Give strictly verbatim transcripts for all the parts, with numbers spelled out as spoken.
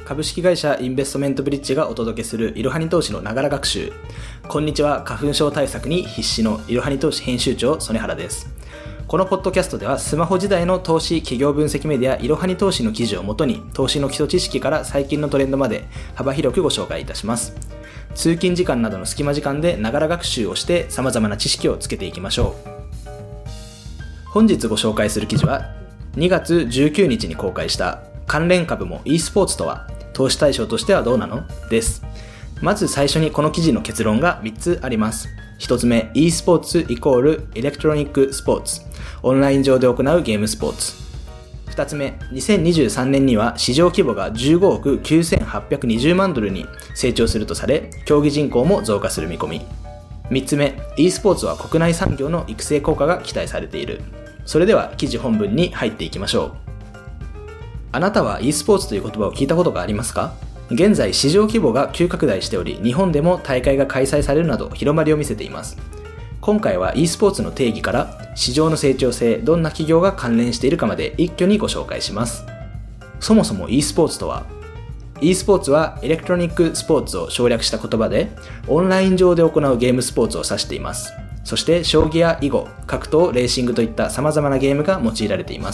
株式会社インベストメントブリッジがお届けするいろはに投資のながら学習。こんにちは。花粉症対策に必死のいろはに投資編集長曽根原です。このポッドキャストではスマホ時代の投資企業分析メディアいろはに投資の記事をもとに投資の基礎知識から最近のトレンドまで幅広くご紹介いたします。通勤時間などの隙間時間でながら学習をして様々な知識をつけていきましょう。本日ご紹介する記事はにがつじゅうくにちに公開した関連株も e スポーツとは投資対象としてはどうなのです。まず最初にこの記事の結論がみっつあります。ひとつめ、e スポーツイコールエレクトロニックスポーツ、オンライン上で行うゲームスポーツ。ふたつめ、にせんにじゅうさんねんには市場規模がじゅうごおくきゅうせんはっぴゃくにじゅうまんドルに成長するとされ、競技人口も増加する見込み。みっつめ、e スポーツは国内産業の育成効果が期待されている。それでは記事本文に入っていきましょう。あなたは e スポーツという言葉を聞いたことがありますか？現在市場規模が急拡大しており、日本でも大会が開催されるなど広まりを見せています。今回は e スポーツの定義から市場の成長性、どんな企業が関連しているかまで一挙にご紹介します。そもそも e スポーツとは、e スポーツはエレクトロニックスポーツを省略した言葉で、オンライン上で行うゲームスポーツを指しています。そして将棋や囲碁、格闘、レーシングといった様々なゲームが用いられています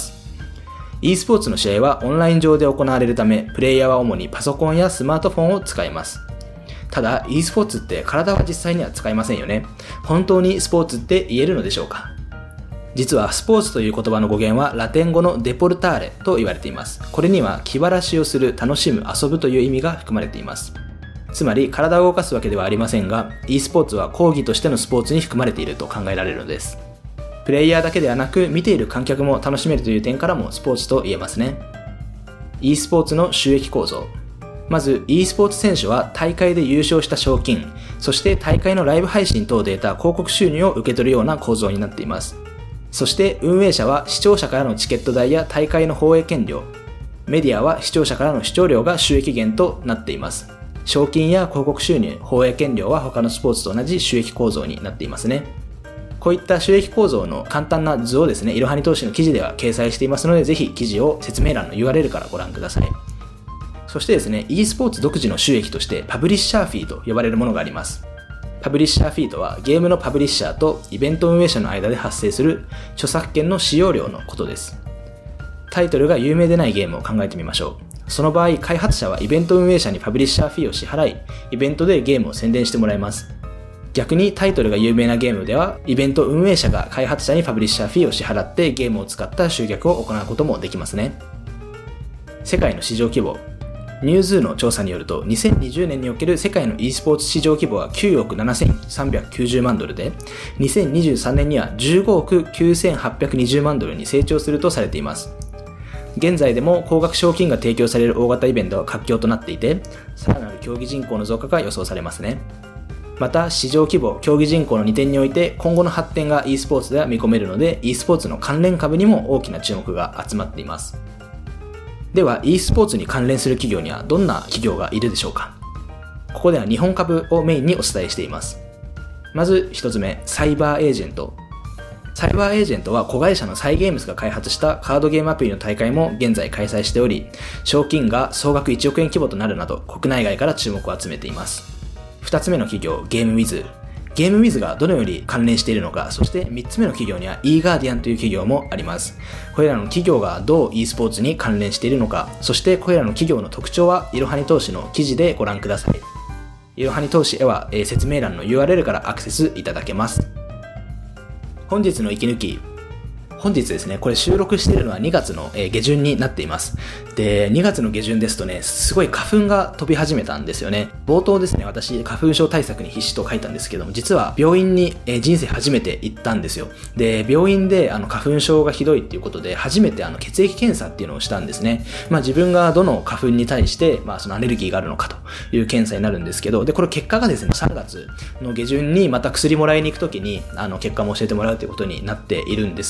。e スポーツの試合はオンライン上で行われるため、プレイヤーは主にパソコンやスマートフォンを使います。ただ e スポーツって体は実際には使いませんよね。本当にスポーツって言えるのでしょうか？実はスポーツという言葉の語源はラテン語のデポルターレと言われています。これには気晴らしをする、楽しむ、遊ぶという意味が含まれています。つまり体を動かすわけではありませんが、e スポーツは講義としてのスポーツに含まれていると考えられるのです。プレイヤーだけではなく、見ている観客も楽しめるという点からもスポーツと言えますね。e スポーツの収益構造。まず e スポーツ選手は大会で優勝した賞金、そして大会のライブ配信等で得た広告収入を受け取るような構造になっています。そして運営者は視聴者からのチケット代や大会の放映権料、メディアは視聴者からの視聴料が収益源となっています。賞金や広告収入、放映権料は他のスポーツと同じ収益構造になっていますね。こういった収益構造の簡単な図をですね、いろはに投資の記事では掲載していますので、ぜひ記事を説明欄の ユーアールエル からご覧ください。そしてですね、e スポーツ独自の収益としてパブリッシャーフィーと呼ばれるものがあります。パブリッシャーフィーとはゲームのパブリッシャーとイベント運営者の間で発生する著作権の使用料のことです。タイトルが有名でないゲームを考えてみましょう。その場合、開発者はイベント運営者にパブリッシャーフィーを支払い、イベントでゲームを宣伝してもらいます。逆にタイトルが有名なゲームでは、イベント運営者が開発者にパブリッシャーフィーを支払ってゲームを使った集客を行うこともできますね。世界の市場規模。ニューズーの調査によると、にせんにじゅうねんにおける世界の e スポーツ市場規模はきゅうおくななせんさんびゃくきゅうじゅうまんドルで、にせんにじゅうさんねんにはじゅうごおくきゅうせんはっぴゃくにじゅうまんドルに成長するとされています。現在でも高額賞金が提供される大型イベントは活況となっていて、さらなる競技人口の増加が予想されますね。また市場規模、競技人口のにてんにおいて今後の発展が e スポーツでは見込めるので、 e スポーツの関連株にも大きな注目が集まっています。では e スポーツに関連する企業にはどんな企業がいるでしょうか？ここでは日本株をメインにお伝えしています。まず一つ目、サイバーエージェント。サイバーエージェントは子会社のサイゲームズが開発したカードゲームアプリの大会も現在開催しており、賞金が総額いちおくえん規模となるなど国内外から注目を集めています。二つ目の企業、ゲームウィズ。ゲームウィズがどのように関連しているのか、そして三つ目の企業には e ガーディアンという企業もあります。これらの企業がどう e スポーツに関連しているのか、そしてこれらの企業の特徴はいろはに投資の記事でご覧ください。いろはに投資へは、えー、説明欄の ユーアールエル からアクセスいただけます。本日の息抜き。本日ですね、これ収録しているのはにがつの下旬になっています。で、にがつの下旬ですとね、すごい花粉が飛び始めたんですよね。冒頭ですね、私、花粉症対策に必死と書いたんですけども、実は病院に人生初めて行ったんですよ。で、病院であの花粉症がひどいっていうことで、初めてあの血液検査っていうのをしたんですね。まあ自分がどの花粉に対して、まあそのアレルギーがあるのかという検査になるんですけど、で、これ結果がですね、さんがつの下旬にまた薬もらいに行くときに、あの結果も教えてもらうということになっているんですけれども、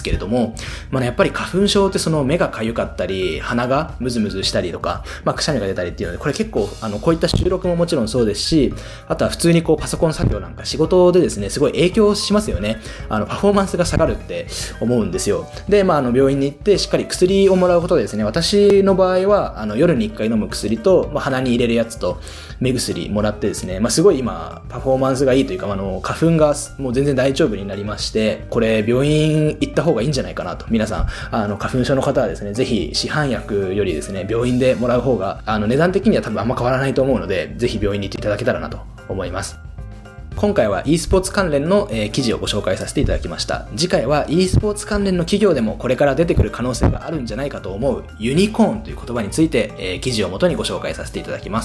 も、まあね、やっぱり花粉症ってその目が痒かったり、鼻がムズムズしたりとか、まあくしゃみが出たりっていうので、これ結構、あの、こういった収録ももちろんそうですし、あとは普通にこうパソコン作業なんか仕事でですね、すごい影響しますよね。あの、パフォーマンスが下がるって思うんですよ。で、まああの、病院に行ってしっかり薬をもらうことでですね、私の場合は、あの、夜にいっかい飲む薬と、まあ鼻に入れるやつと、目薬もらってですね、まあすごい今、パフォーマンスがいいというか、あの、花粉がもう全然大丈夫になりまして、これ病院行った方がいいんじゃないかなと。皆さん、あの、花粉症の方はですね、ぜひ市販薬よりですね、病院でもらう方が、あの、値段的には多分あんま変わらないと思うので、ぜひ病院に行っていただけたらなと思います。今回は e スポーツ関連の、えー、記事をご紹介させていただきました。次回は e スポーツ関連の企業でもこれから出てくる可能性があるんじゃないかと思うユニコーンという言葉について、えー、記事をもとにご紹介させていただきます。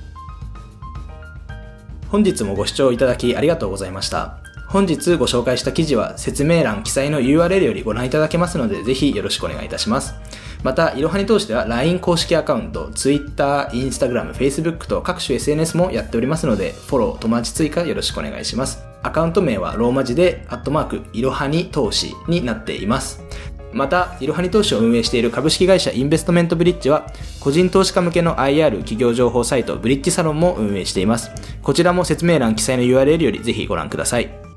本日もご視聴いただきありがとうございました。本日ご紹介した記事は説明欄記載の ユーアールエル よりご覧いただけますので、ぜひよろしくお願いいたします。また、いろはに投資では ライン 公式アカウント、Twitter、Instagram、Facebook と各種 エスエヌエス もやっておりますので、フォロー、友達追加よろしくお願いします。アカウント名はローマ字で、アットマーク、いろはに投資になっています。また、いろはに投資を運営している株式会社インベストメントブリッジは、個人投資家向けの アイアール 企業情報サイトブリッジサロンも運営しています。こちらも説明欄記載の ユーアールエル よりぜひご覧ください。